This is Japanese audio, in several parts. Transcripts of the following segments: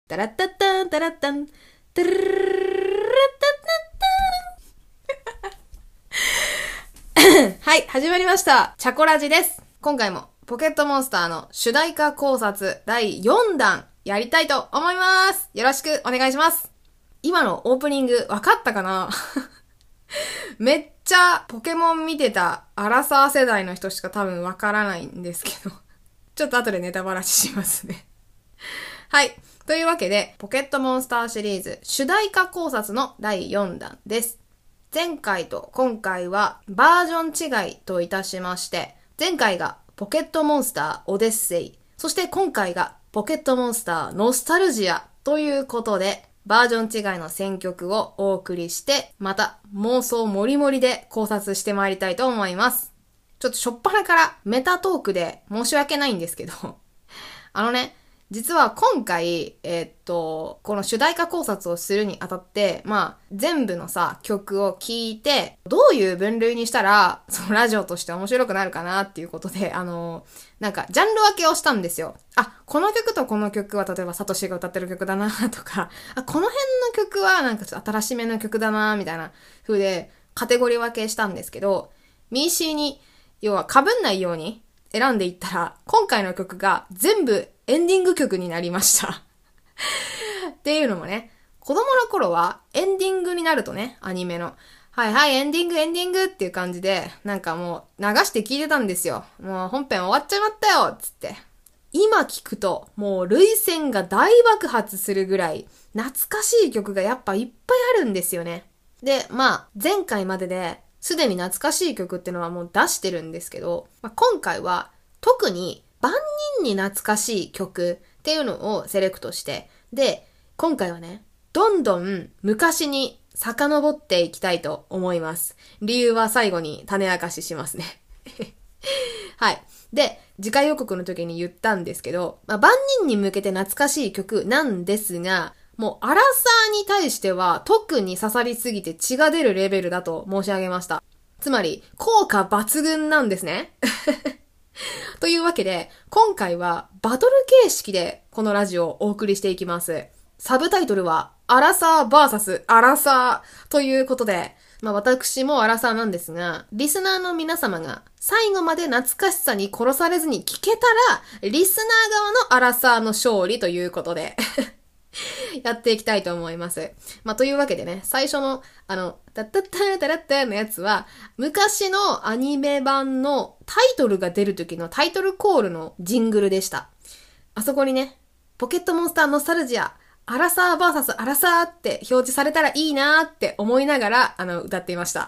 タラッタッタンタラッタンタルルルルルルはい、始まりました。チャコラジです。今回もポケットモンスターの主題歌考察第4弾やりたいと思います。よろしくお願いします。今のオープニングわかったかなめっちゃポケモン見てたアラサー世代の人しか多分わからないんですけどちょっと後でネタバラシしますねはい。というわけで、ポケットモンスターシリーズ主題歌考察の第4弾です。前回と今回はバージョン違いといたしまして、前回がポケットモンスターオデッセイ、そして今回がポケットモンスターノスタルジアということで、バージョン違いの選曲をお送りして、また妄想もりもりで考察してまいりたいと思います。ちょっとしょっぱなからメタトークで申し訳ないんですけど、実は今回、この主題歌考察をするにあたって、全部の曲を聴いて、どういう分類にしたら、そのラジオとして面白くなるかなっていうことで、ジャンル分けをしたんですよ。この曲とこの曲は、例えばサトシが歌ってる曲だなとか、この辺の曲はちょっと新しめの曲だなみたいな風で、カテゴリー分けしたんですけど、ミーシーに、要は被んないように選んでいったら、今回の曲が全部エンディング曲になりましたっていうのもね、子供の頃はエンディングになるとね、アニメのはいはいエンディングっていう感じでもう流して聞いてたんですよ。もう本編終わっちゃいまったよつって。今聞くともう涙腺が大爆発するぐらい懐かしい曲がやっぱいっぱいあるんですよね。で、前回までですでに懐かしい曲っていうのはもう出してるんですけど、今回は特に万人に懐かしい曲っていうのをセレクトして、で、今回はね、どんどん昔に遡っていきたいと思います。理由は最後に種明かししますね。はい。で、次回予告の時に言ったんですけど、万人に向けて懐かしい曲なんですが、もうアラサーに対しては特に刺さりすぎて血が出るレベルだと申し上げました。つまり、効果抜群なんですね。というわけで、今回はバトル形式でこのラジオをお送りしていきます。サブタイトルは、アラサー VS アラサーということで、私もアラサーなんですが、リスナーの皆様が最後まで懐かしさに殺されずに聞けたら、リスナー側のアラサーの勝利ということで、やっていきたいと思います。というわけでね、最初の、タッタッタータラッターのやつは、昔のアニメ版のタイトルが出る時のタイトルコールのジングルでした。あそこにね、ポケットモンスターノスタルジア、アラサー VS アラサーって表示されたらいいなーって思いながら、歌っていました。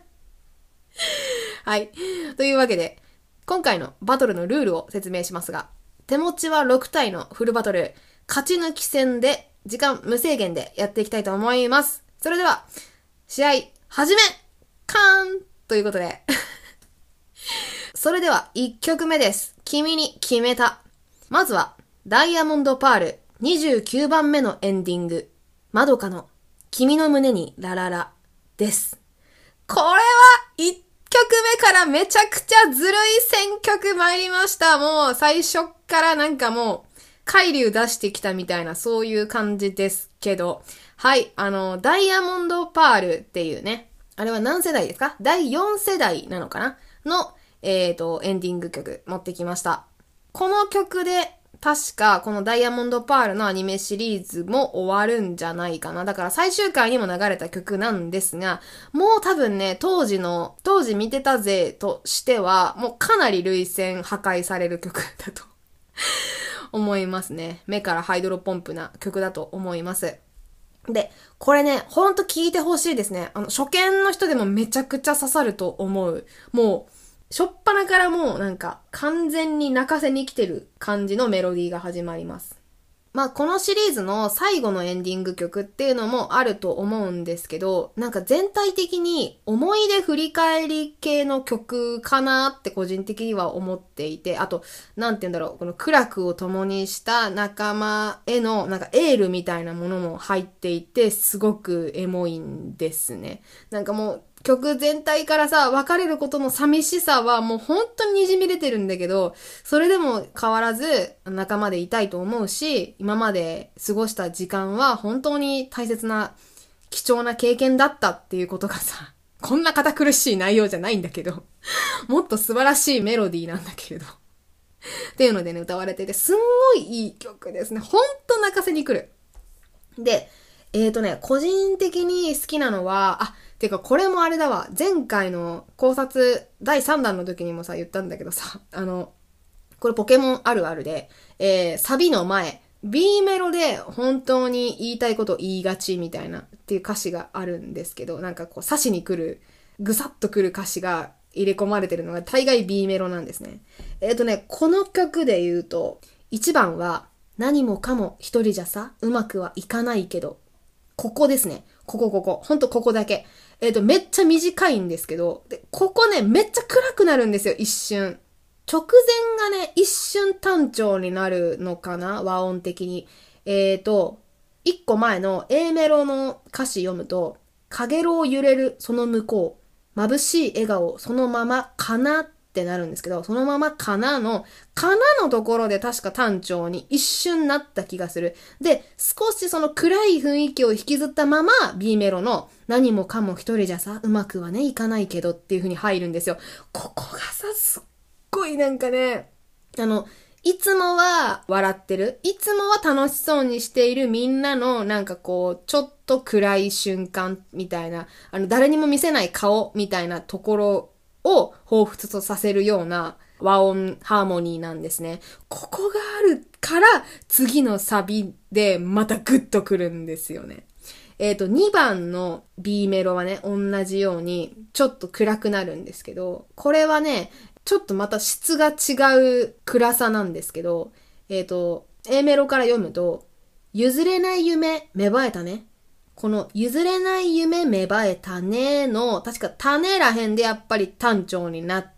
はい。というわけで、今回のバトルのルールを説明しますが、手持ちは6体のフルバトル、勝ち抜き戦で時間無制限でやっていきたいと思います。それでは、試合、始めカーンということで。それでは、1曲目です。君に決めた。まずは、ダイヤモンドパール29番目のエンディング。まどかの君の胸にラララです。これは、1曲目からめちゃくちゃずるい選曲参りました。もう、最初からもう、海流出してきたみたいなそういう感じですけど、はい、ダイヤモンドパールっていうね、あれは何世代ですか？第4世代なのかなの、エンディング曲持ってきました。この曲で、確かこのダイヤモンドパールのアニメシリーズも終わるんじゃないかな。だから最終回にも流れた曲なんですが、もう多分ね、当時見てた勢としては、もうかなり涙腺破壊される曲だと。思いますね。目からハイドロポンプな曲だと思います。で、これね、ほんと聞いてほしいですね。初見の人でもめちゃくちゃ刺さると思う。もう、しょっぱなからもう完全に泣かせに来てる感じのメロディーが始まります。このシリーズの最後のエンディング曲っていうのもあると思うんですけど、全体的に思い出振り返り系の曲かなって個人的には思っていて、あと、この苦楽を共にした仲間へのエールみたいなものも入っていて、すごくエモいんですね。もう曲全体からさ、別れることの寂しさはもう本当に滲み出てるんだけど、それでも変わらず仲間でいたいと思うし、今まで過ごした時間は本当に大切な貴重な経験だったっていうことがさ、こんな堅苦しい内容じゃないんだけど、もっと素晴らしいメロディーなんだけれど。っていうのでね、歌われてて、すんごいいい曲ですね。ほんと泣かせに来る。で、個人的に好きなのは、てかこれもあれだわ。前回の考察第3弾の時にもさ、言ったんだけどさ、これポケモンあるあるで、サビの前、B メロで本当に言いたいことを言いがちみたいなっていう歌詞があるんですけど、なんかこう刺しに来る、ぐさっと来る歌詞が入れ込まれてるのが大概 B メロなんですね。この曲で言うと、1番は何もかも一人じゃさ、うまくはいかないけど、ここですね。ここ。ほんとここだけ。めっちゃ短いんですけど、で、ここね、めっちゃ暗くなるんですよ、一瞬。直前がね、一瞬単調になるのかな、和音的に。一個前の A メロの歌詞読むと、かげろう揺れるその向こう、眩しい笑顔そのままかなってなるんですけど、そのままかなのところで確か単調に一瞬なった気がする。で、少しその暗い雰囲気を引きずったまま B メロの何もかも一人じゃさ、うまくはね、いかないけどっていう風に入るんですよ。ここがさ、すっごいなんかね、いつもは笑ってる。いつもは楽しそうにしているみんなのなんかこう、ちょっと暗い瞬間みたいな、誰にも見せない顔みたいなところを彷彿とさせるような和音ハーモニーなんですね。ここがあるから次のサビでまたグッとくるんですよね。2番の B メロはね、同じようにちょっと暗くなるんですけど、これはね、ちょっとまた質が違う暗さなんですけど、A メロから読むと、譲れない夢芽生えたね。この譲れない夢芽生えたねの、確か種らへんでやっぱり単調になって、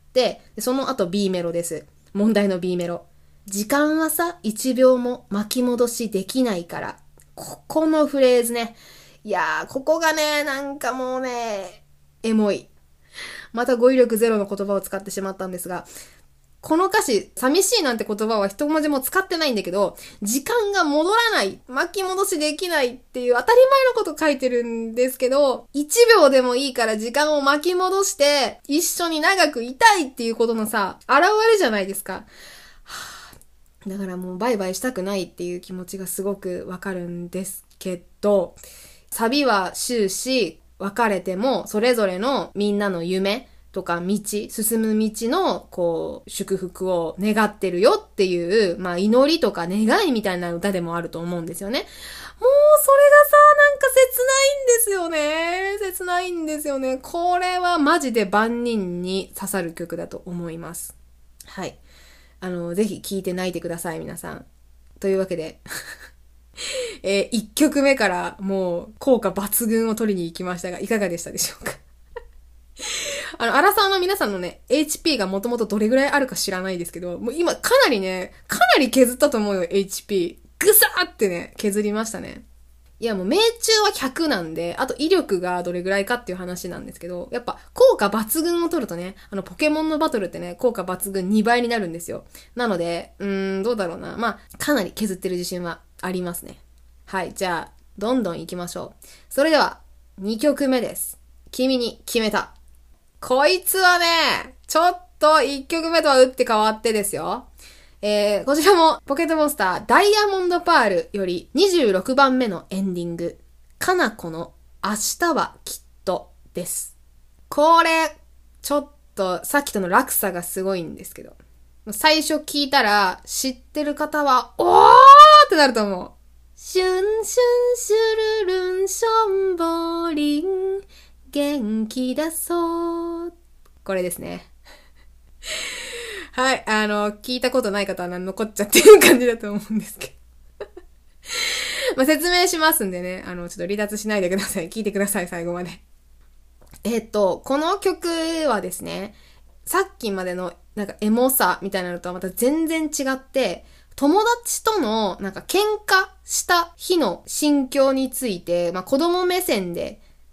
その後 B メロです。問題の B メロ。時間はさ、1秒も巻き戻しできないから。ここのフレーズね。いやー、ここがね、なんかもうね、エモい。また語彙力ゼロの言葉を使ってしまったんですが、この歌詞、寂しいなんて言葉は一文字も使ってないんだけど、時間が戻らない、巻き戻しできないっていう当たり前のこと書いてるんですけど、1秒でもいいから時間を巻き戻して、一緒に長くいたいっていうことのさ、現れじゃないですか。だからもうバイバイしたくないっていう気持ちがすごくわかるんですけど、サビは終始、別れてもそれぞれのみんなの夢とか進む道のこう祝福を願ってるよっていう、まあ祈りとか願いみたいな歌でもあると思うんですよね。もうそれがさ、なんか切ないんですよね。これはマジで万人に刺さる曲だと思います。はい。ぜひ聴いて泣いてください、皆さん。というわけで。1曲目からもう効果抜群を取りに行きましたが、いかがでしたでしょうか。アラサーの皆さんのね、HP がもともとどれぐらいあるか知らないですけど、もう今かなり削ったと思うよ、HP。ぐさーってね、削りましたね。いやもう命中は100なんで、あと威力がどれぐらいかっていう話なんですけど、やっぱ効果抜群を取るとね、ポケモンのバトルってね、効果抜群2倍になるんですよ。なので、どうだろうな。まあ、かなり削ってる自信はありますね。はい、じゃあ、どんどん行きましょう。それでは、2曲目です。君に決めた。こいつはね、ちょっと1曲目とは打って変わってですよ。こちらもポケットモンスターダイヤモンドパールより26番目のエンディング、かなこの明日はきっとです。これ、ちょっとさっきとの落差がすごいんですけど、最初聞いたら知ってる方は、おーってなると思う。シュンシュンシュルルンションボリン元気だそう。これですね。はい、聞いたことない方は残っちゃってる感じだと思うんですけど。まあ、説明しますんでね、ちょっと離脱しないでください。聞いてください、最後まで。この曲はですね、さっきまでのなんかエモさみたいなのとはまた全然違って、友達とのなんか喧嘩した日の心境について、まあ子供目線で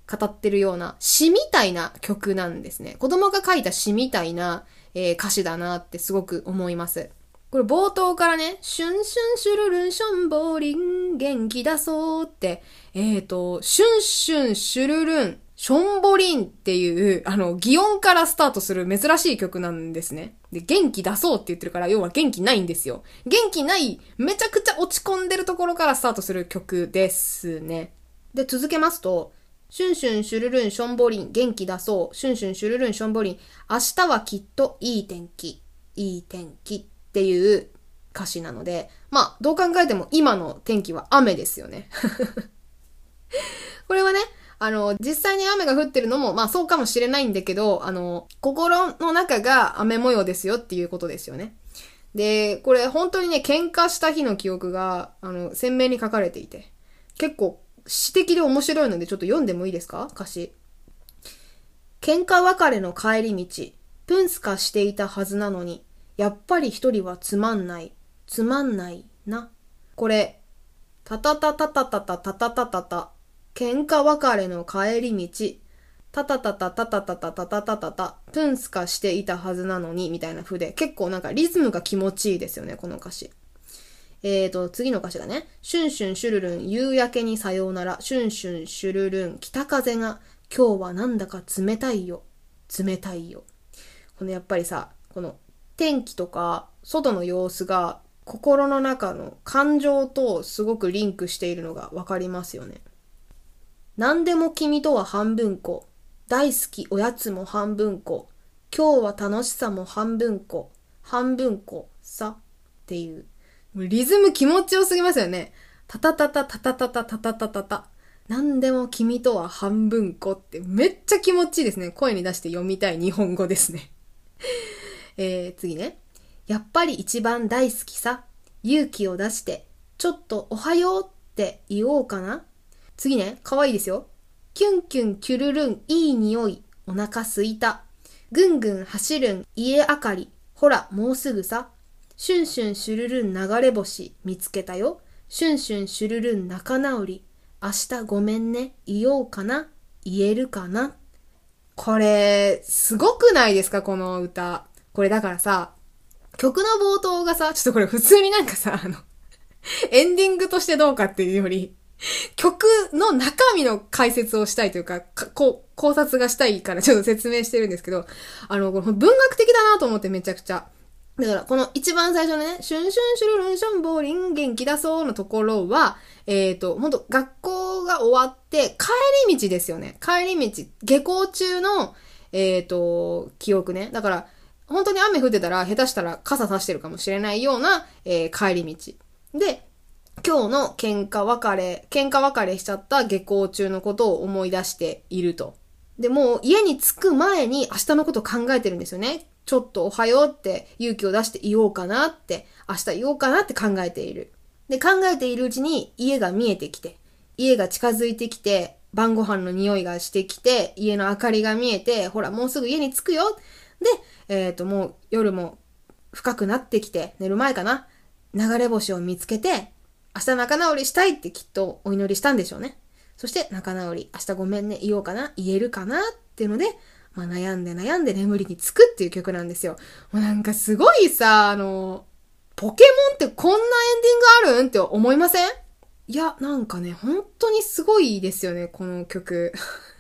語ってるような詩みたいな曲なんですね。子供が書いた詩みたいな、歌詞だなってすごく思います。これ冒頭からね、シュンシュンシュルルンションボーリン元気だそうって、シュンシュンシュルルンションボリンっていう、擬音からスタートする珍しい曲なんですね。で、元気出そうって言ってるから、要は元気ないんですよ。元気ない、めちゃくちゃ落ち込んでるところからスタートする曲ですね。で、続けますと、シュンシュンシュルルンションボリン元気出そう。シュンシュンシュルルンションボリン明日はきっといい天気。いい天気っていう歌詞なので、まあ、どう考えても今の天気は雨ですよね。これはね、実際に雨が降ってるのも、まあそうかもしれないんだけど、心の中が雨模様ですよっていうことですよね。で、これ本当にね、喧嘩した日の記憶が、鮮明に書かれていて、結構詩的で面白いのでちょっと読んでもいいですか？歌詞。喧嘩別れの帰り道、プンスカしていたはずなのに、やっぱり一人はつまんない。つまんないな。これ、たたたたたたたたたたたた。喧嘩別れの帰り道。たたたたたたたたたたたたた。プンスカしていたはずなのに、みたいな風で、結構なんかリズムが気持ちいいですよね、この歌詞。次の歌詞がね、シュンシュンシュルルン、夕焼けにさようなら。シュンシュンシュルルン、北風が、今日はなんだか冷たいよ。冷たいよ。このやっぱりさ、この天気とか外の様子が心の中の感情とすごくリンクしているのがわかりますよね。何でも君とは半分こ。大好きおやつも半分こ。今日は楽しさも半分こ。半分こさ。っていう。リズム気持ちよすぎますよね。たたたたたたたたたたたたた。何でも君とは半分こってめっちゃ気持ちいいですね。声に出して読みたい日本語ですね。次ね。やっぱり一番大好きさ。勇気を出して、ちょっとおはようって言おうかな。次ね。かわいいですよ。キュンキュンキュルルン、いい匂い。お腹すいた。ぐんぐん走るん、家明かり。ほら、もうすぐさ。シュンシュンシュルルン流れ星見つけたよ。シュンシュンシュルルン仲直り。明日ごめんね。言おうかな。言えるかな。これ、すごくないですかこの歌。これだからさ、曲の冒頭がさ、ちょっとこれ普通になんかさ、エンディングとしてどうかっていうより、曲の中身の解説をしたいというか、考察がしたいからちょっと説明してるんですけど、これ文学的だなと思ってめちゃくちゃ。だから、この一番最初のね、シュンシュンシュルルンションボーリン元気だそうのところは、ほんと学校が終わって帰り道ですよね。帰り道、下校中の、記憶ね。だから、本当に雨降ってたら、下手したら傘差してるかもしれないような、帰り道。で、今日の喧嘩別れしちゃった下校中のことを思い出していると。で、もう家に着く前に明日のことを考えてるんですよね。ちょっとおはようって勇気を出して言おうかなって、明日言おうかなって考えている。で、考えているうちに家が見えてきて、家が近づいてきて、晩ご飯の匂いがしてきて、家の明かりが見えて、ほらもうすぐ家に着くよ。で、もう夜も深くなってきて、寝る前かな。流れ星を見つけて、明日仲直りしたいってきっとお祈りしたんでしょうね。そして仲直り、明日ごめんね、言おうかな、言えるかなっていうので、まあ、悩んで眠りにつくっていう曲なんですよ。もうなんかすごいさ、ポケモンってこんなエンディングあるんって思いません？いや、なんかね、本当にすごいですよね、この曲。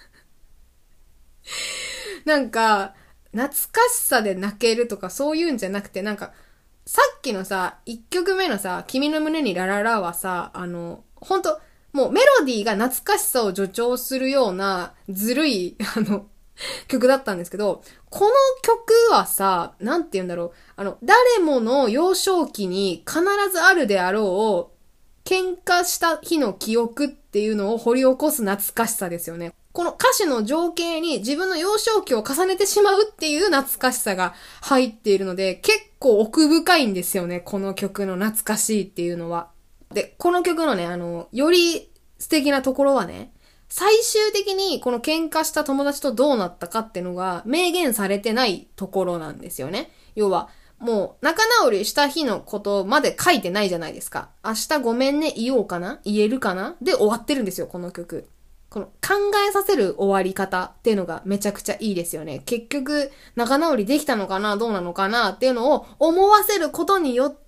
なんか、懐かしさで泣けるとかそういうんじゃなくて、なんか、さっきのさ、1曲目のさ、君の胸にラララはさ、ほんと、もうメロディーが懐かしさを助長するような、ずるい、曲だったんですけど、この曲はさ、なんて言うんだろう、誰もの幼少期に必ずあるであろう、喧嘩した日の記憶っていうのを掘り起こす懐かしさですよね。この歌詞の情景に自分の幼少期を重ねてしまうっていう懐かしさが入っているので、結構奥深いんですよね、この曲の懐かしいっていうのは。で、この曲のね、より素敵なところはね、最終的にこの喧嘩した友達とどうなったかっていうのが明言されてないところなんですよね。要は、もう仲直りした日のことまで書いてないじゃないですか。明日ごめんね言おうかな言えるかなで終わってるんですよ、この曲。 この考えさせる終わり方っていうのがめちゃくちゃいいですよね。結局、仲直りできたのかな、どうなのかなっていうのを思わせることによって、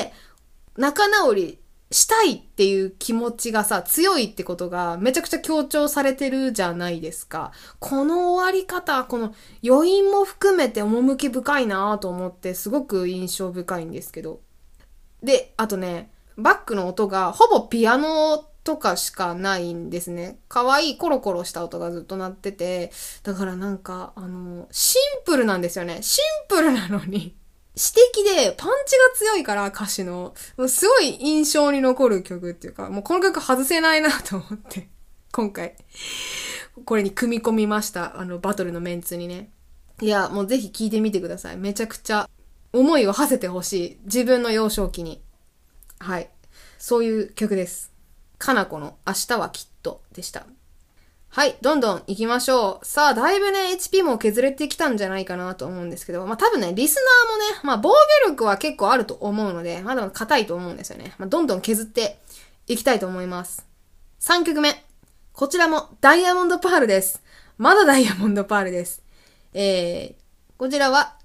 仲直りしたいっていう気持ちがさ、強いってことがめちゃくちゃ強調されてるじゃないですか。この終わり方、この余韻も含めて趣深いなと思ってすごく印象深いんですけど。で、あとね、バックの音がほぼピアノとかしかないんですね。可愛いコロコロした音がずっと鳴ってて、だからなんか、シンプルなんですよね。シンプルなのに。詩的でパンチが強いから歌詞の、すごい印象に残る曲っていうか、もうこの曲外せないなと思って、今回、これに組み込みました。バトルのメンツにね。いや、もうぜひ聴いてみてください。めちゃくちゃ思いを馳せてほしい。自分の幼少期に。はい。そういう曲です。かなこの明日はきっとでした。はい、どんどん行きましょう。さあ、だいぶね、HP も削れてきたんじゃないかなと思うんですけど、多分ね、リスナーもね、防御力は結構あると思うので、まだ硬いと思うんですよね。どんどん削っていきたいと思います。3曲目。こちらもダイヤモンドパールです。まだダイヤモンドパールです。こちらは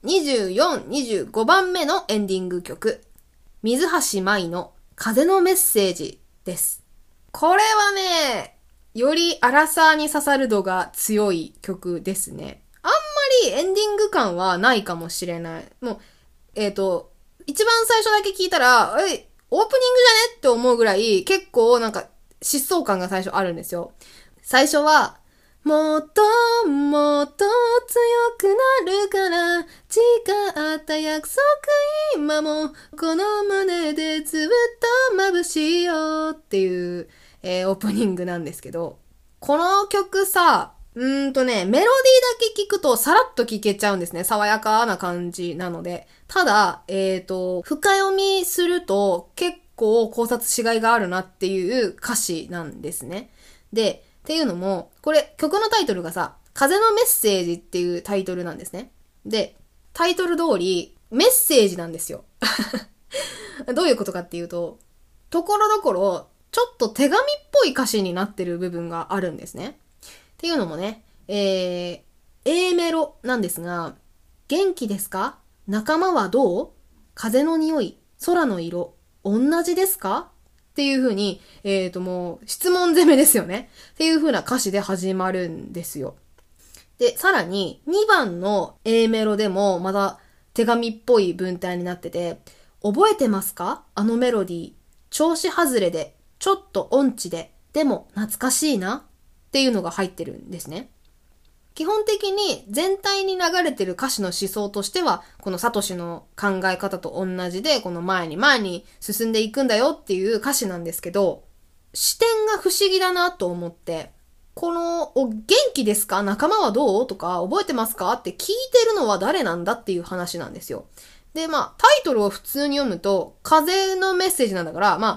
24、25番目のエンディング曲。水橋舞の風のメッセージです。これはね、よりアラサーに刺さる度が強い曲ですね。あんまりエンディング感はないかもしれない。もう、一番最初だけ聞いたら、オープニングじゃねって思うぐらい、結構なんか疾走感が最初あるんですよ。最初は、もっともっと強くなるから誓った約束今もこの胸でずっと眩しいよっていう、オープニングなんですけど、この曲さ、メロディーだけ聞くとさらっと聞けちゃうんですね。爽やかな感じなので。ただ、深読みすると結構考察しがいがあるなっていう歌詞なんですね。で、っていうのも、これ曲のタイトルがさ、風のメッセージっていうタイトルなんですね。で、タイトル通りメッセージなんですよ。どういうことかっていうと、ところどころちょっと手紙っぽい歌詞になってる部分があるんですね。っていうのもね、A メロなんですが、元気ですか？仲間はどう？風の匂い、空の色、同じですか？っていう風に、もう質問攻めですよね。っていう風な歌詞で始まるんですよ。で、さらに2番の A メロでもまだ手紙っぽい文体になってて、覚えてますか？あのメロディー、調子外れで、ちょっと音痴で、でも懐かしいなっていうのが入ってるんですね。基本的に全体に流れてる歌詞の思想としては、このサトシの考え方と同じで、この前に進んでいくんだよっていう歌詞なんですけど、視点が不思議だなと思って、この、元気ですか？仲間はどう？とか、覚えてますか？って聞いてるのは誰なんだっていう話なんですよ。で、タイトルを普通に読むと、風のメッセージなんだから、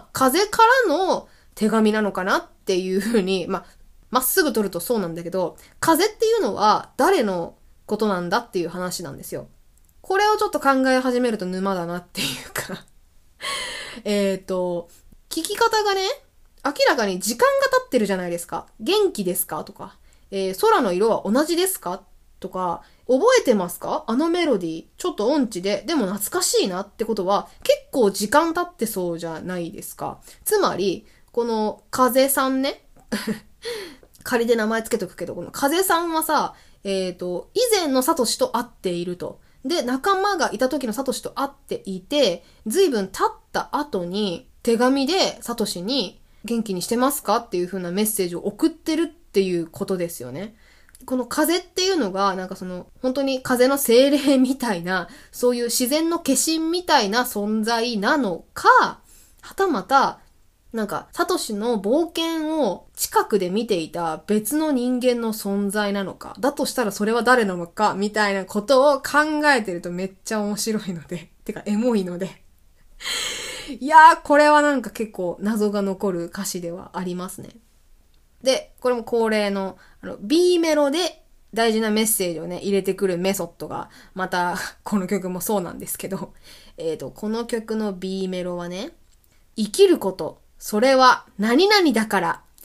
風からの手紙なのかなっていう風に、まっすぐ取るとそうなんだけど、風っていうのは誰のことなんだっていう話なんですよ。これをちょっと考え始めると沼だなっていうか聞き方がね、明らかに時間が経ってるじゃないですか。元気ですかとか、空の色は同じですかとか、覚えてますか？あのメロディー、ちょっと音痴で、でも懐かしいなってことは、結構時間経ってそうじゃないですか。つまり、この風さんね、仮で名前つけとくけど、この風さんはさ、以前のサトシと会っていると。で、仲間がいた時のサトシと会っていて、随分経った後に、手紙でサトシに、元気にしてますかっていう風なメッセージを送ってるっていうことですよね。この風っていうのが、なんか本当に風の精霊みたいな、そういう自然の化身みたいな存在なのか、はたまた、なんか、サトシの冒険を近くで見ていた別の人間の存在なのか、だとしたらそれは誰なのか、みたいなことを考えてるとめっちゃ面白いので、てかエモいので。いやー、これはなんか結構謎が残る歌詞ではありますね。で、これも恒例の、B メロで大事なメッセージをね、入れてくるメソッドが、また、この曲もそうなんですけど、この曲の B メロはね、生きること、それは何々だから、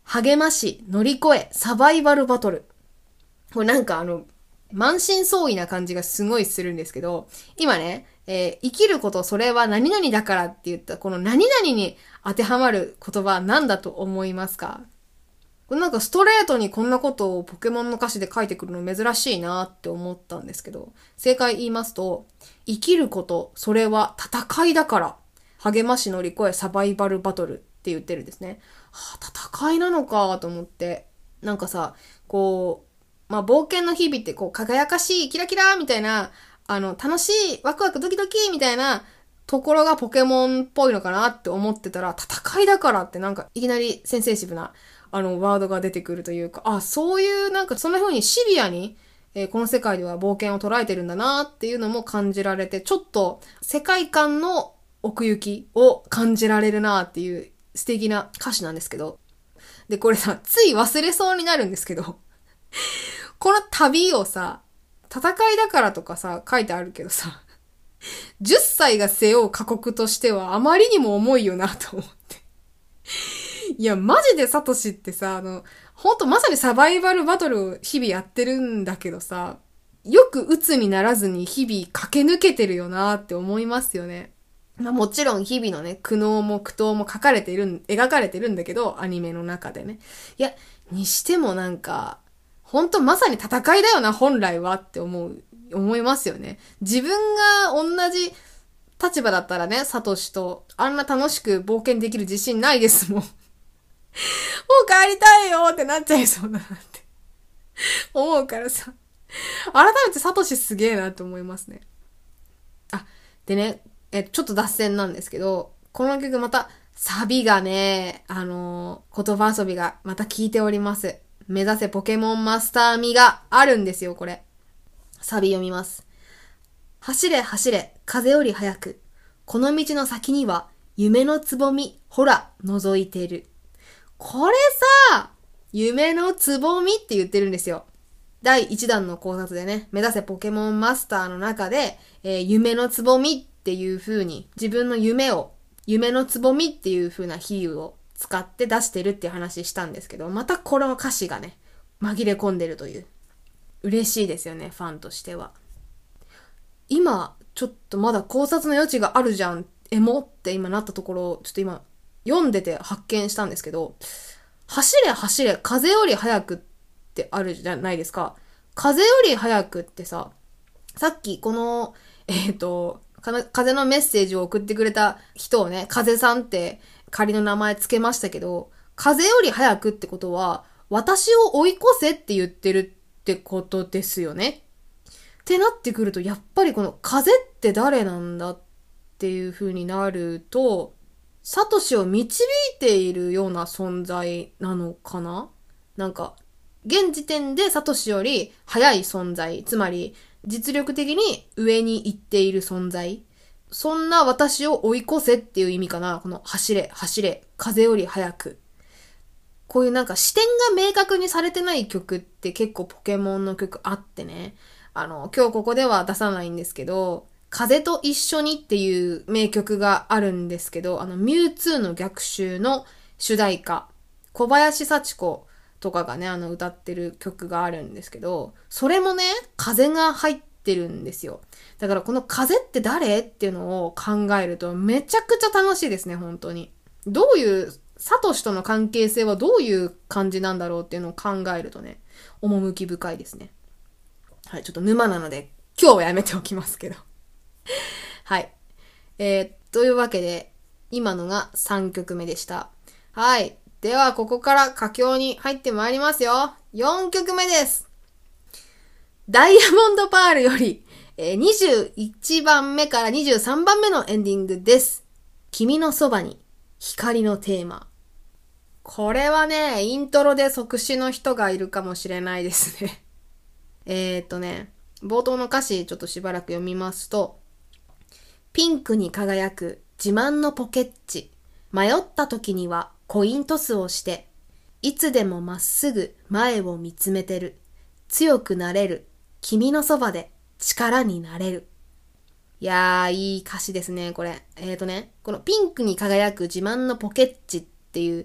励まし、乗り越え、サバイバルバトル。これなんか満身創痍な感じがすごいするんですけど、今ね、生きること、それは何々だからって言った、この何々に当てはまる言葉は何だと思いますか？これなんかストレートにこんなことをポケモンの歌詞で書いてくるの珍しいなって思ったんですけど、正解言いますと、生きること、それは戦いだから、励まし乗り越えサバイバルバトルって言ってるんですね。戦いなのかと思って、なんかさ、こう、冒険の日々って輝かしい、キラキラみたいな、楽しい、ワクワクドキドキみたいなところがポケモンっぽいのかなって思ってたら、戦いだからってなんかいきなりセンセーシブな、ワードが出てくるというか、そういうなんかそんな風にシビアに、この世界では冒険を捉えてるんだなっていうのも感じられて、ちょっと世界観の奥行きを感じられるなっていう素敵な歌詞なんですけど。で、これさ、つい忘れそうになるんですけど、この旅をさ、戦いだからとかさ、書いてあるけどさ、10歳が背負う過酷としてはあまりにも重いよなと思って。いや、マジでサトシってさ、ほんとまさにサバイバルバトルを日々やってるんだけどさ、よく鬱にならずに日々駆け抜けてるよなって思いますよね。もちろん日々のね、苦悩も苦闘も描かれてるんだけど、アニメの中でね。いや、にしてもなんか、ほんとまさに戦いだよな、本来はって思いますよね。自分が同じ立場だったらね、サトシとあんな楽しく冒険できる自信ないですもん。もう帰りたいよってなっちゃいそうだなって思うからさ。改めてサトシすげえなって思いますね。でね、ちょっと脱線なんですけど、この曲またサビがね、言葉遊びがまた効いております。目指せポケモンマスター味があるんですよ、これ。サビ読みます。走れ走れ、風より早く。この道の先には、夢のつぼみ、ほら、覗いてる。これさ、夢のつぼみって言ってるんですよ。第1弾の考察でね、目指せポケモンマスターの中で、夢のつぼみっていう風に、自分の夢のつぼみっていう風な比喩を使って出してるっていう話したんですけど、またこの歌詞がね、紛れ込んでるという。嬉しいですよね、ファンとしては。今、ちょっとまだ考察の余地があるじゃん、エモって今なったところ、ちょっと今、読んでて発見したんですけど、走れ走れ、風より早くってあるじゃないですか。風より早くってさ、さっきこの、風のメッセージを送ってくれた人をね、風さんって仮の名前つけましたけど、風より早くってことは、私を追い越せって言ってるってことですよね。ってなってくると、やっぱりこの風って誰なんだっていう風になると、サトシを導いているような存在なのかな？なんか、現時点でサトシより早い存在、つまり実力的に上に行っている存在。そんな私を追い越せっていう意味かな。この走れ、走れ、風より早く。こういうなんか視点が明確にされてない曲って結構ポケモンの曲あってね。今日ここでは出さないんですけど、風と一緒にっていう名曲があるんですけど、ミュウツーの逆襲の主題歌、小林幸子とかがね、歌ってる曲があるんですけど、それもね、風が入ってるんですよ。だからこの風って誰っていうのを考えるとめちゃくちゃ楽しいですね、本当に。どういう、サトシとの関係性はどういう感じなんだろうっていうのを考えるとね、趣深いですね。はい、ちょっと沼なので、今日はやめておきますけど。はい。というわけで、今のが3曲目でした。はい。では、ここから佳境に入ってまいりますよ。4曲目です。ダイヤモンドパールより、21番目から23番目のエンディングです。君のそばに、光のテーマ。これはね、イントロで即死の人がいるかもしれないですね。冒頭の歌詞ちょっとしばらく読みますと、ピンクに輝く自慢のポケッチ。迷った時にはコイントスをして、いつでもまっすぐ前を見つめてる。強くなれる。君のそばで力になれる。いやー、いい歌詞ですね、これ。このピンクに輝く自慢のポケッチっていう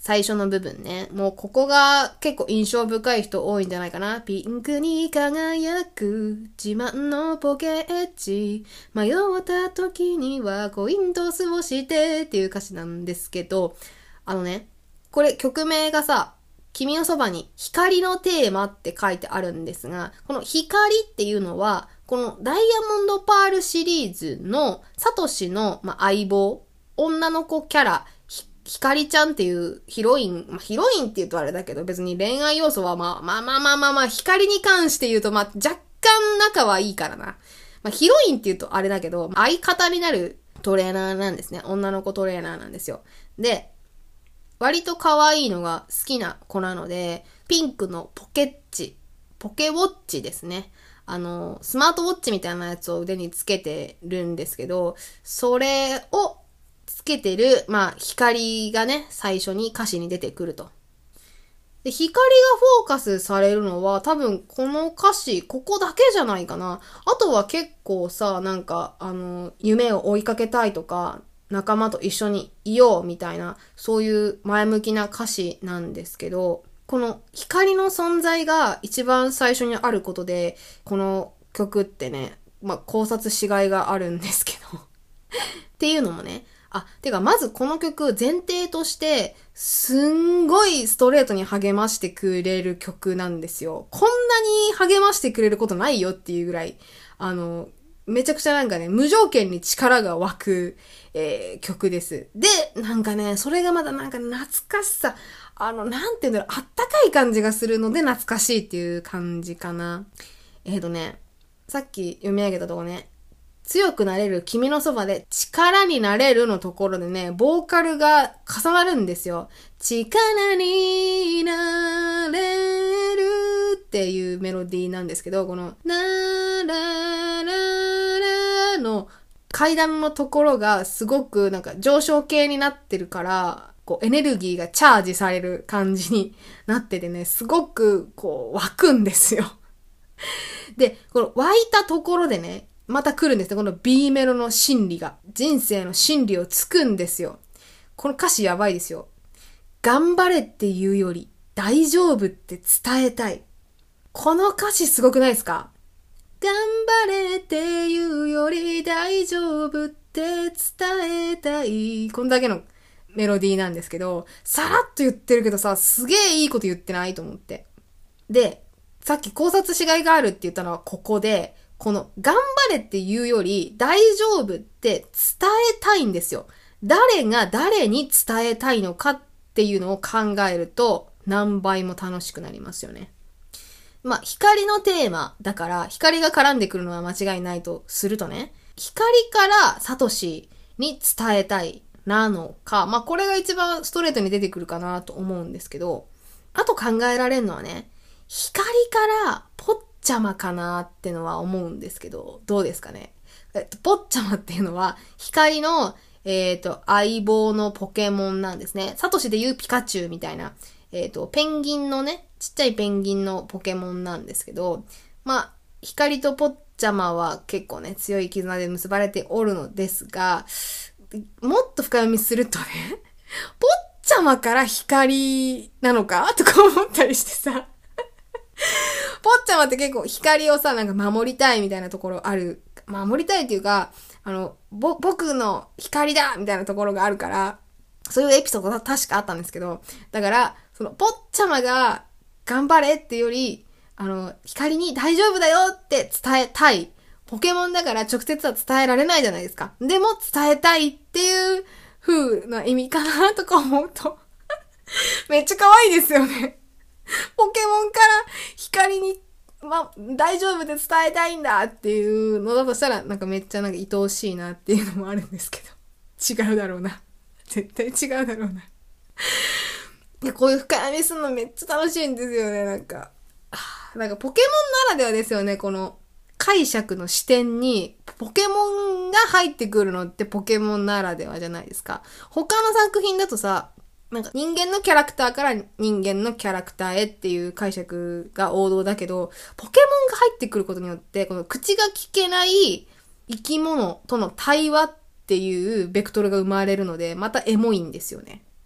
最初の部分ね。もうここが結構印象深い人多いんじゃないかな。ピンクに輝く自慢のポケッチ。迷った時にはコイントスをしてっていう歌詞なんですけど、これ曲名がさ、君のそばに光のテーマって書いてあるんですが、この光っていうのは、このダイヤモンドパールシリーズのサトシの、相棒、女の子キャラ、ひかりちゃんっていうヒロイン、ヒロインって言うとあれだけど、別に恋愛要素はひかりに関して言うと若干仲はいいからな。ヒロインって言うとあれだけど、相方になるトレーナーなんですね。女の子トレーナーなんですよ。で、割と可愛いのが好きな子なので、ピンクのポケウォッチですね。スマートウォッチみたいなやつを腕につけてるんですけど、それをつけてる、光がね、最初に歌詞に出てくると。で、光がフォーカスされるのは多分この歌詞、ここだけじゃないかな。あとは結構さ、夢を追いかけたいとか、仲間と一緒にいようみたいな、そういう前向きな歌詞なんですけど、この光の存在が一番最初にあることで、この曲ってね、考察しがいがあるんですけど。っていうのもね、まずこの曲前提として、すんごいストレートに励ましてくれる曲なんですよ。こんなに励ましてくれることないよっていうぐらい、めちゃくちゃ無条件に力が湧く、曲です。で、それがまだ懐かしさ、なんていうんだろう、あったかい感じがするので懐かしいっていう感じかな。さっき読み上げたとこね、強くなれる君のそばで力になれるのところでね、ボーカルが重なるんですよ。力になれるっていうメロディーなんですけど、このならららの階段のところがすごく上昇系になってるから、エネルギーがチャージされる感じになっててね、すごく湧くんですよ。で、この湧いたところでね、また来るんですね。この B メロの心理が。人生の心理をつくんですよ。この歌詞やばいですよ。頑張れっていうより大丈夫って伝えたい。この歌詞すごくないですか？頑張れっていうより大丈夫って伝えたい。こんだけのメロディーなんですけど、さらっと言ってるけどさ、すげえいいこと言ってないと思って。で、さっき考察しがいがあるって言ったのはここで、この頑張れっていうより大丈夫って伝えたいんですよ。誰が誰に伝えたいのかっていうのを考えると何倍も楽しくなりますよね。光のテーマだから光が絡んでくるのは間違いないとするとね、光からサトシに伝えたいなのか、これが一番ストレートに出てくるかなと思うんですけど、あと考えられるのはね、光からポッチャマかなってのは思うんですけど、どうですかね。ポッチャマっていうのは、光の、相棒のポケモンなんですね。サトシで言うピカチュウみたいな、ペンギンのね、ちっちゃいペンギンのポケモンなんですけど、光とポッチャマは結構ね、強い絆で結ばれておるのですが、もっと深読みするとね、ポッチャマから光なのかとか思ったりしてさ、ポッチャマって結構光をさ、守りたいみたいなところある。守りたいっていうか、僕の光だみたいなところがあるから、そういうエピソードが確かあったんですけど、だから、ポッチャマが頑張れっていうより、光に大丈夫だよって伝えたい。ポケモンだから直接は伝えられないじゃないですか。でも伝えたいっていう風な意味かなとか思うと、めっちゃ可愛いですよね。ポケモンから光に、大丈夫で伝えたいんだっていうのだとしたら、めっちゃ愛おしいなっていうのもあるんですけど。違うだろうな。絶対違うだろうな。で、こういう深読みするのめっちゃ楽しいんですよね、ポケモンならではですよね、この解釈の視点にポケモンが入ってくるのってポケモンならではじゃないですか。他の作品だとさ、人間のキャラクターから人間のキャラクターへっていう解釈が王道だけど、ポケモンが入ってくることによって、この口が聞けない生き物との対話っていうベクトルが生まれるので、またエモいんですよね。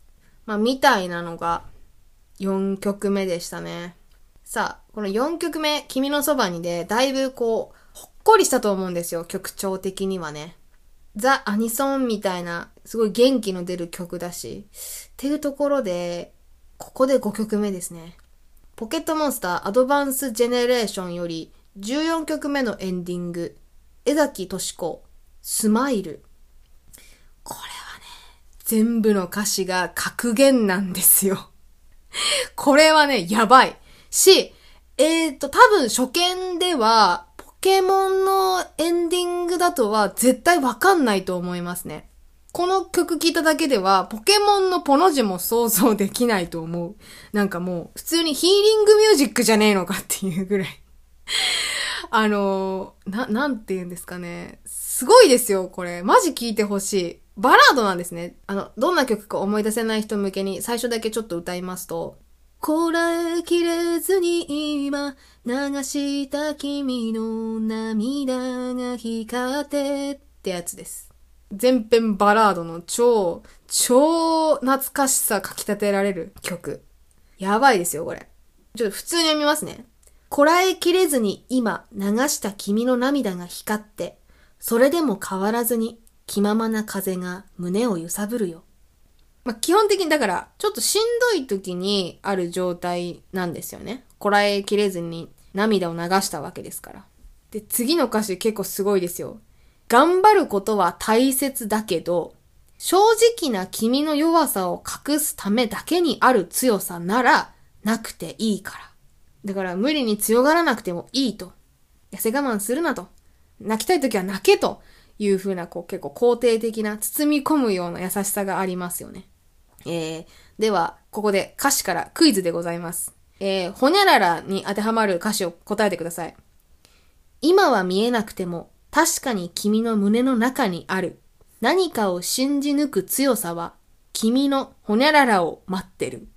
みたいなのが4曲目でしたね。さあ、この4曲目、君のそばにで、だいぶほっこりしたと思うんですよ、曲調的にはね。ザ・アニソンみたいな、すごい元気の出る曲だし。っていうところで、ここで5曲目ですね。ポケットモンスターアドバンスジェネレーションより14曲目のエンディング、江崎敏子、スマイル。これはね、全部の歌詞が格言なんですよ。これはね、やばい。し、多分初見では、ポケモンのエンディングだとは絶対わかんないと思いますね。この曲聴いただけでは、ポケモンのポの字も想像できないと思う。なんかもう、普通にヒーリングミュージックじゃねえのかっていうぐらい。なんて言うんですかね。すごいですよ、これ。マジ聴いてほしい。バラードなんですね。どんな曲か思い出せない人向けに最初だけちょっと歌いますと、こらえきれずに今流した君の涙が光ってってやつです。全編バラードの超懐かしさかき立てられる曲。やばいですよ、これ。ちょっと普通に読みますね。こらえきれずに今流した君の涙が光って、それでも変わらずに気ままな風が胸を揺さぶるよ。基本的にだから、ちょっとしんどい時にある状態なんですよね。こらえきれずに涙を流したわけですから。で、次の歌詞結構すごいですよ。頑張ることは大切だけど、正直な君の弱さを隠すためだけにある強さならなくていいから。だから無理に強がらなくてもいいと。痩せ我慢するなと。泣きたい時は泣けという風な結構肯定的な包み込むような優しさがありますよね。では、ここで歌詞からクイズでございます。ほにゃららに当てはまる歌詞を答えてください。今は見えなくても、確かに君の胸の中にある。何かを信じ抜く強さは、君のほにゃららを待ってる。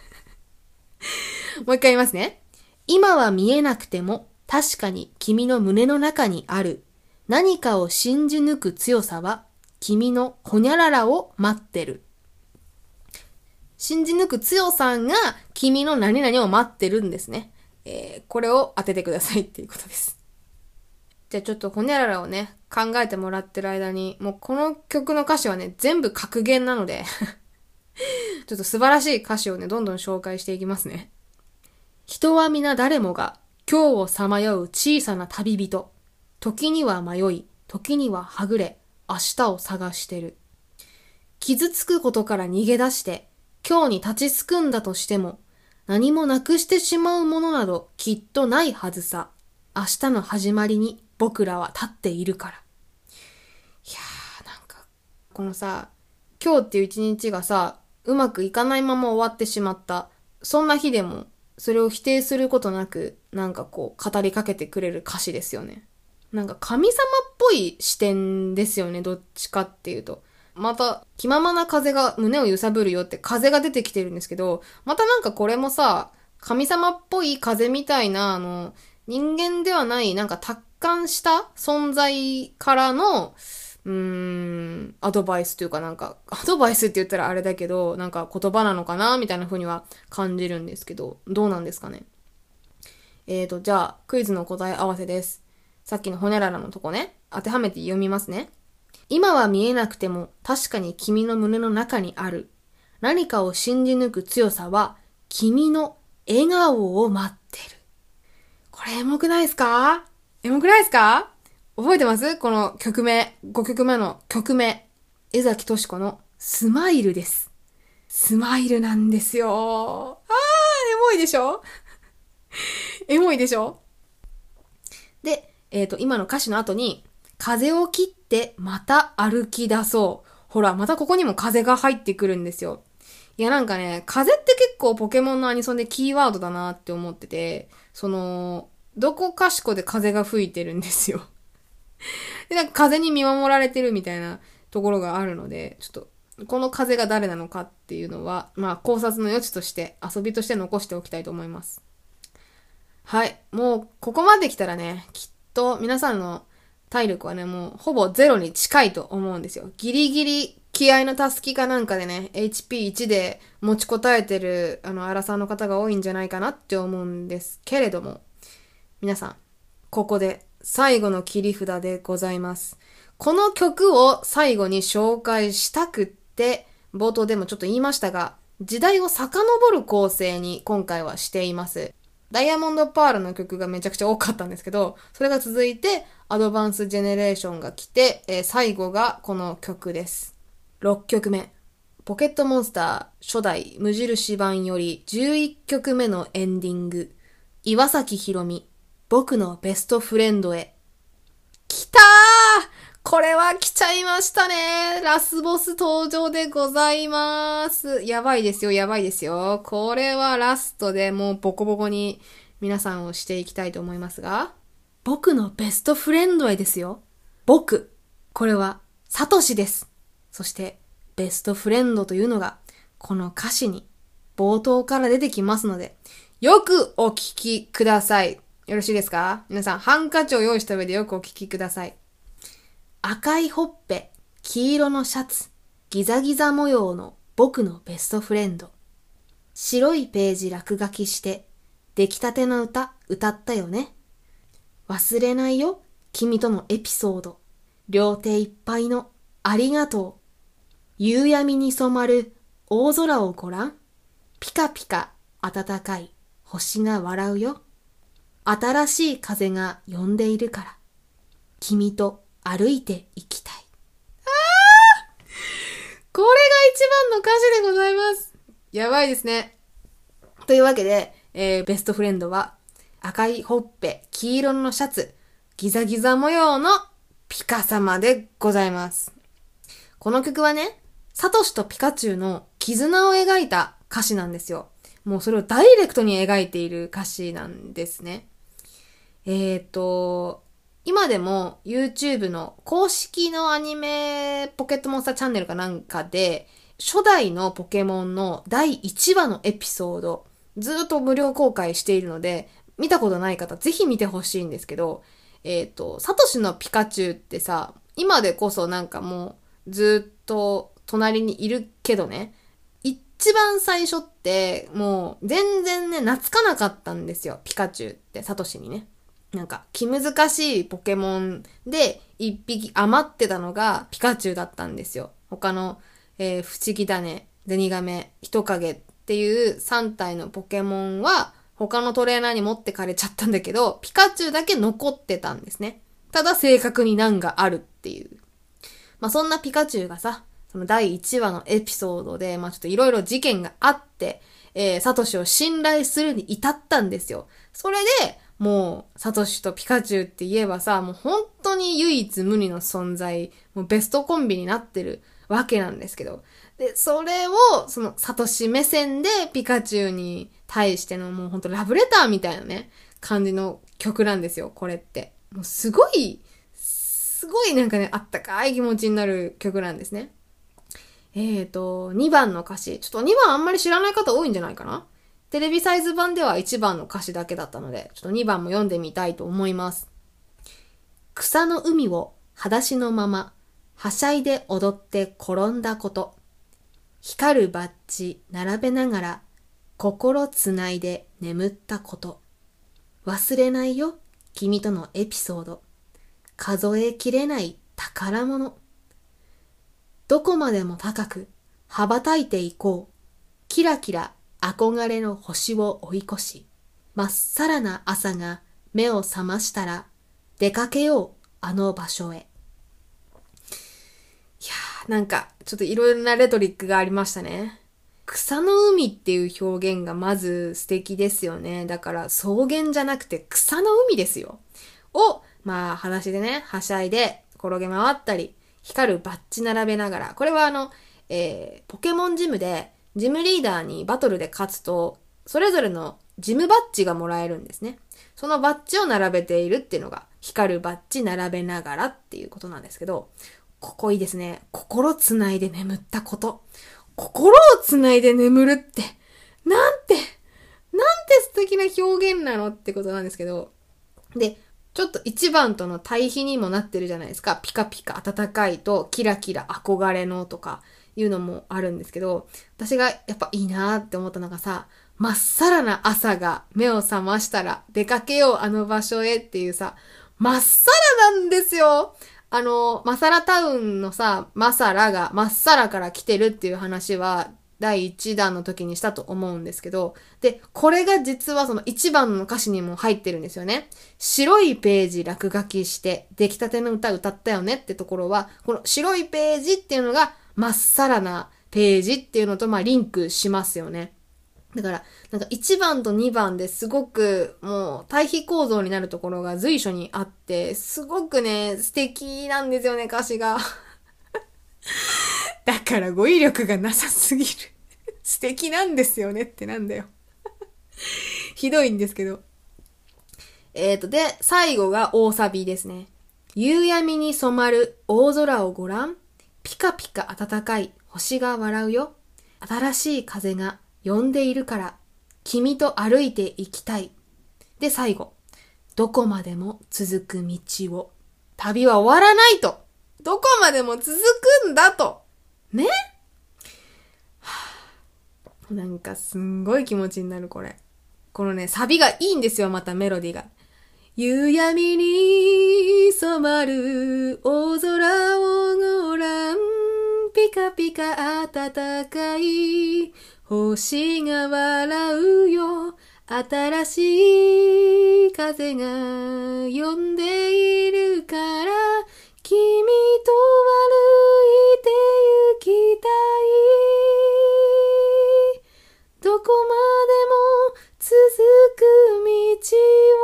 もう一回言いますね。今は見えなくても、確かに君の胸の中にある。何かを信じ抜く強さは、君のほにゃららを待ってる。信じ抜く強さが君の何々を待ってるんですね。これを当ててくださいっていうことです。じゃあちょっとほにゃららをね、考えてもらってる間に、もうこの曲の歌詞はね、全部格言なので、ちょっと素晴らしい歌詞をね、どんどん紹介していきますね。人は皆誰もが今日をさまよう小さな旅人。時には迷い、時にははぐれ、明日を探してる。傷つくことから逃げ出して、今日に立ちすくんだとしても、何もなくしてしまうものなどきっとないはずさ。明日の始まりに僕らは立っているから。いやー、なんか、このさ、今日っていう一日がさ、うまくいかないまま終わってしまった。そんな日でも、それを否定することなく、なんか語りかけてくれる歌詞ですよね。なんか神様っぽい視点ですよね、どっちかっていうと。また、気ままな風が胸を揺さぶるよって風が出てきてるんですけど、またなんかこれもさ、神様っぽい風みたいな、人間ではない、なんか達観した存在からの、アドバイスというかなんか、アドバイスって言ったらあれだけど、なんか言葉なのかなみたいな風には感じるんですけど、どうなんですかね。じゃあ、クイズの答え合わせです。さっきのほにゃららのとこね、当てはめて読みますね。今は見えなくても確かに君の胸の中にある。何かを信じ抜く強さは君の笑顔を待ってる。これエモくないですか？エモくないですか？覚えてます？この曲名、5曲目の曲名。江崎敏子のスマイルです。スマイルなんですよ。エモいでしょ？エモいでしょ？で、今の歌詞の後に、風を切ってまた歩き出そう。ほら、またここにも風が入ってくるんですよ。いやなんかね、風って結構ポケモンのアニソンでキーワードだなって思ってて、どこかしこで風が吹いてるんですよ。で、なんか風に見守られてるみたいなところがあるので、ちょっと、この風が誰なのかっていうのは、考察の余地として、遊びとして残しておきたいと思います。はい。もう、ここまで来たらね、きっと皆さんの体力はね、もうほぼゼロに近いと思うんですよ。ギリギリ気合のたすきかなんかでね、HP1 で持ちこたえてる、アラサーの方が多いんじゃないかなって思うんですけれども、皆さん、ここで最後の切り札でございます。この曲を最後に紹介したくって、冒頭でもちょっと言いましたが、時代を遡る構成に今回はしています。ダイヤモンドパールの曲がめちゃくちゃ多かったんですけど、それが続いてアドバンスジェネレーションが来て、最後がこの曲です。6曲目。ポケットモンスター初代無印版より11曲目のエンディング。岩崎宏美、僕のベストフレンドへ。来たー！これは来ちゃいましたね。ラスボス登場でございます。やばいですよ、やばいですよ。これはラストでもうボコボコに皆さんをしていきたいと思いますが、僕のベストフレンドへですよ。僕。これはサトシです。そしてベストフレンドというのがこの歌詞に冒頭から出てきますので、よくお聞きください。よろしいですか？皆さんハンカチを用意した上でよくお聞きください。赤いほっぺ、黄色のシャツ、ギザギザ模様の僕のベストフレンド。白いページ落書きして、出来たての歌歌ったよね。忘れないよ、君とのエピソード。両手いっぱいのありがとう。夕闇に染まる大空をごらん。ピカピカ暖かい星が笑うよ。新しい風が呼んでいるから。君と歩いていきたい。これが一番の歌詞でございます。やばいですね。というわけで、ベストフレンドは赤いほっぺ、黄色のシャツ、ギザギザ模様のピカ様でございます。この曲はね、サトシとピカチュウの絆を描いた歌詞なんですよ。もうそれをダイレクトに描いている歌詞なんですね。今でも YouTube の公式のアニメポケットモンスターチャンネルかなんかで初代のポケモンの第1話のエピソードずっと無料公開しているので見たことない方ぜひ見てほしいんですけど、サトシのピカチュウってさ、今でこそなんかもうずっと隣にいるけどね、一番最初ってもう全然ね懐かなかったんですよ、ピカチュウってサトシにね。なんか気難しいポケモンで一匹余ってたのがピカチュウだったんですよ。他の、不思議種、ゼニガメ、人影っていう3体のポケモンは他のトレーナーに持ってかれちゃったんだけど、ピカチュウだけ残ってたんですね。ただ正確に難があるっていう。まあそんなピカチュウがさ、その第1話のエピソードで、まあちょっといろいろ事件があって、サトシを信頼するに至ったんですよ。それで、もう、サトシとピカチュウって言えばさ、もう本当に唯一無二の存在、もうベストコンビになってるわけなんですけど。で、それを、そのサトシ目線でピカチュウに対してのもう本当ラブレターみたいなね、感じの曲なんですよ、これって。もうすごいなんかね、あったかい気持ちになる曲なんですね。2番の歌詞。ちょっと2番あんまり知らない方多いんじゃないかな？テレビサイズ版では1番の歌詞だけだったので、ちょっと2番も読んでみたいと思います。草の海を裸足のまま、はしゃいで踊って転んだこと。光るバッジ並べながら、心つないで眠ったこと。忘れないよ、君とのエピソード。数えきれない宝物。どこまでも高く羽ばたいていこう。キラキラ憧れの星を追い越し、まっさらな朝が目を覚ましたら、出かけよう、あの場所へ。いやー、なんか、ちょっといろいろなレトリックがありましたね。草の海っていう表現がまず素敵ですよね。だから草原じゃなくて草の海ですよ。まあ、裸足でね、はしゃいで転げ回ったり、光るバッジ並べながら、これはポケモンジムで、ジムリーダーにバトルで勝つと、それぞれのジムバッジがもらえるんですね。そのバッジを並べているっていうのが、光るバッジ並べながらっていうことなんですけど、ここいいですね。心つないで眠ったこと。心をつないで眠るって、なんて素敵な表現なのってことなんですけど。で、 ちょっと一番との対比にもなってるじゃないですか。ピカピカ暖かいとキラキラ憧れのとかいうのもあるんですけど、私がやっぱいいなーって思ったのがさ、まっさらな朝が目を覚ましたら出かけようあの場所へっていうさ、まっさらなんですよ。マサラタウンのさ、マサラがまっさらから来てるっていう話は第1弾の時にしたと思うんですけど、で、これが実はその1番の歌詞にも入ってるんですよね。白いページ落書きして出来たての歌歌ったよねってところは、この白いページっていうのがまっさらなページっていうのとリンクしますよね。だから、なんか1番と2番ですごくもう対比構造になるところが随所にあって、すごくね、素敵なんですよね、歌詞が。だから語彙力がなさすぎる。素敵なんですよねってなんだよ。ひどいんですけど。で、最後が大サビですね。夕闇に染まる大空をご覧。ピカピカ暖かい星が笑うよ。新しい風が呼んでいるから、君と歩いて行きたい。で、最後。どこまでも続く道を。旅は終わらないと。どこまでも続くんだと。ね？なんかすんごい気持ちになるこれ。このね、サビがいいんですよ、またメロディーが。夕闇に染まる大空をご覧。ピカピカ暖かい星が笑うよ。新しい風が呼んでいるから、君と歩いて行きたい。どこまでも続く道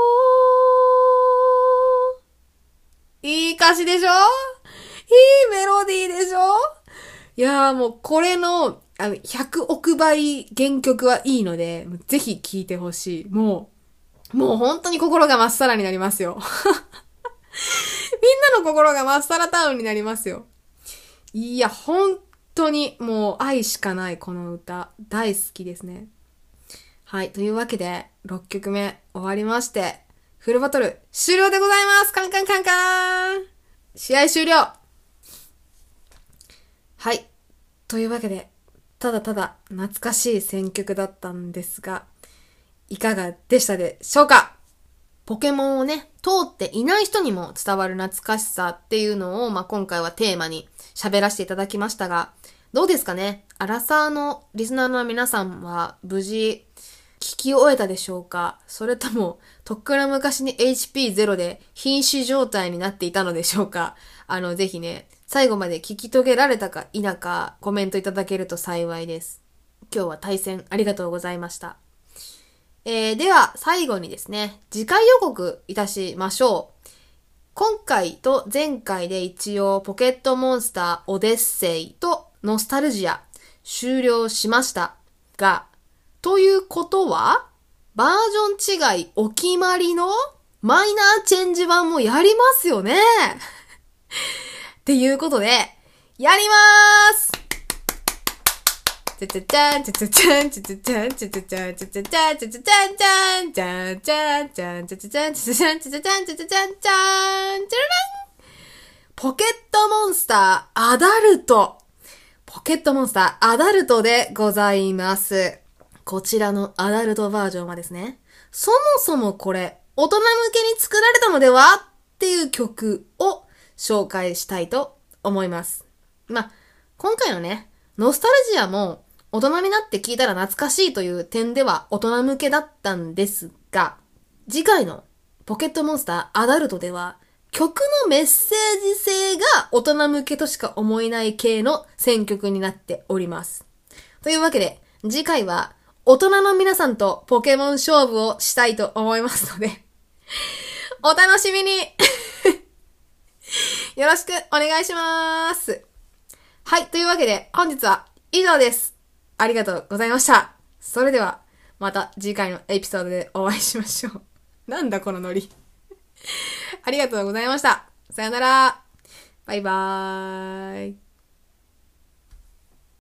を。いい歌詞でしょ？いいメロディーでしょ？いやーもうこれの100億倍原曲はいいので、ぜひ聴いてほしい。もう本当に心がまっさらになりますよ。みんなの心がまっさらタウンになりますよ。いや、本当にもう愛しかないこの歌。大好きですね。はい。というわけで、6曲目終わりまして、フルバトル終了でございます。カンカンカンカン。試合終了。はい。というわけで、ただただ懐かしい選曲だったんですが、いかがでしたでしょうか？ポケモンをね、通っていない人にも伝わる懐かしさっていうのを、今回はテーマに喋らせていただきましたが、どうですかね？アラサーのリスナーの皆さんは無事聞き終えたでしょうか？それとも、とっくの昔に HP0 で瀕死状態になっていたのでしょうか？ぜひね、最後まで聞き遂げられたか否かコメントいただけると幸いです。今日は対戦ありがとうございました。では最後にですね、次回予告いたしましょう。今回と前回で一応ポケットモンスターオデッセイとノスタルジア終了しましたが、ということはバージョン違いお決まりのマイナーチェンジ版もやりますよね。っていうことで、やりまーす。チャチャチャン、チャチャチャン、チャチャチャン、チャチャチャン、チャチャチャン、チャチャチャン、チャン、チャン、チャン、チャン、チャチャチャン、チャチャチャン、チャチャチャン、チャチャチャン、チャン、チャララン。ポケットモンスターアダルト。ポケットモンスターアダルトでございます。こちらのアダルトバージョンはですね、そもそもこれ、大人向けに作られたのではっていう曲を紹介したいと思います。今回のね、ノスタルジアも大人になって聞いたら懐かしいという点では大人向けだったんですが、次回のポケットモンスターアダルトでは曲のメッセージ性が大人向けとしか思えない系の選曲になっております。というわけで、次回は大人の皆さんとポケモン勝負をしたいと思いますので、お楽しみによろしくお願いします。はい、というわけで本日は以上です。ありがとうございました。それではまた次回のエピソードでお会いしましょう。なんだこのノリ。ありがとうございました。さよなら。バイバーイ。